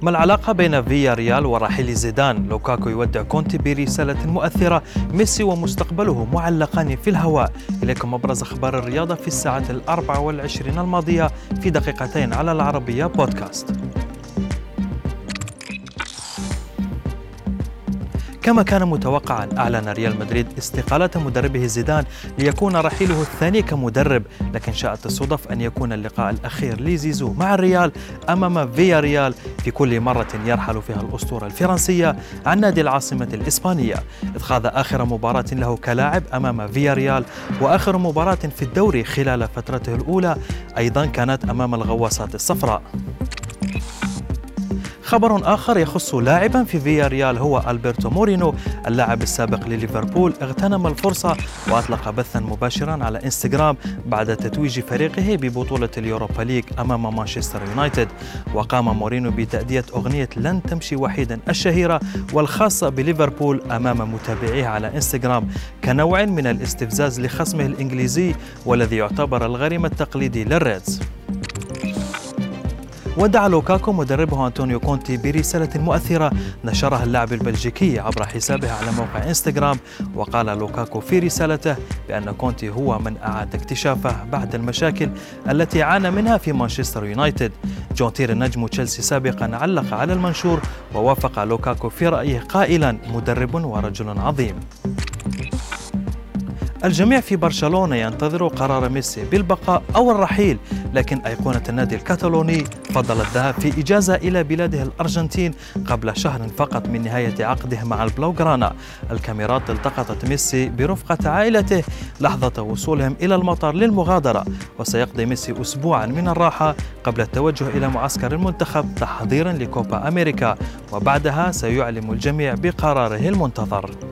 ما العلاقة بين فيا ريال ورحيل زيدان؟ لوكاكو يودع كونتي برسالة مؤثرة، ميسي ومستقبله معلقان في الهواء. إليكم أبرز أخبار الرياضة في الساعة 24 الماضية في دقيقتين على العربية بودكاست. كما كان متوقعا، أعلن ريال مدريد استقالة مدربه زيدان ليكون رحيله الثاني كمدرب، لكن شاءت الصدف أن يكون اللقاء الأخير لزيزو مع الريال أمام فيا ريال في كل مرة يرحل فيها الأسطورة الفرنسية عن نادي العاصمة الإسبانية، إذ خاض آخر مباراة له كلاعب أمام فيا ريال، وآخر مباراة في الدوري خلال فترته الأولى أيضا كانت أمام الغواصات الصفراء. خبر آخر يخص لاعبا في فيا ريال هو ألبرتو مورينو، اللاعب السابق لليفربول، اغتنم الفرصة وأطلق بثا مباشرا على انستغرام بعد تتويج فريقه ببطولة اليوروبا ليج أمام مانشستر يونايتد. وقام مورينو بتأدية أغنية لن تمشي وحيدا الشهيرة والخاصة بليفربول أمام متابعيه على انستغرام كنوع من الاستفزاز لخصمه الإنجليزي والذي يعتبر الغريم التقليدي للريدز. ودع لوكاكو مدربه أنطونيو كونتي برسالة مؤثرة نشرها اللاعب البلجيكي عبر حسابه على موقع انستغرام. وقال لوكاكو في رسالته بأن كونتي هو من أعاد اكتشافه بعد المشاكل التي عانى منها في مانشستر يونايتد. جون تيري نجم تشيلسي سابقا علق على المنشور ووافق لوكاكو في رأيه قائلا: مدرب ورجل عظيم. الجميع في برشلونة ينتظر قرار ميسي بالبقاء أو الرحيل، لكن أيقونة النادي الكتالوني فضل الذهاب في إجازة إلى بلاده الأرجنتين قبل شهر فقط من نهاية عقده مع البلوغرانا. الكاميرات التقطت ميسي برفقة عائلته لحظة وصولهم إلى المطار للمغادرة، وسيقضي ميسي أسبوعا من الراحة قبل التوجه إلى معسكر المنتخب تحضيرا لكوبا أمريكا، وبعدها سيعلم الجميع بقراره المنتظر.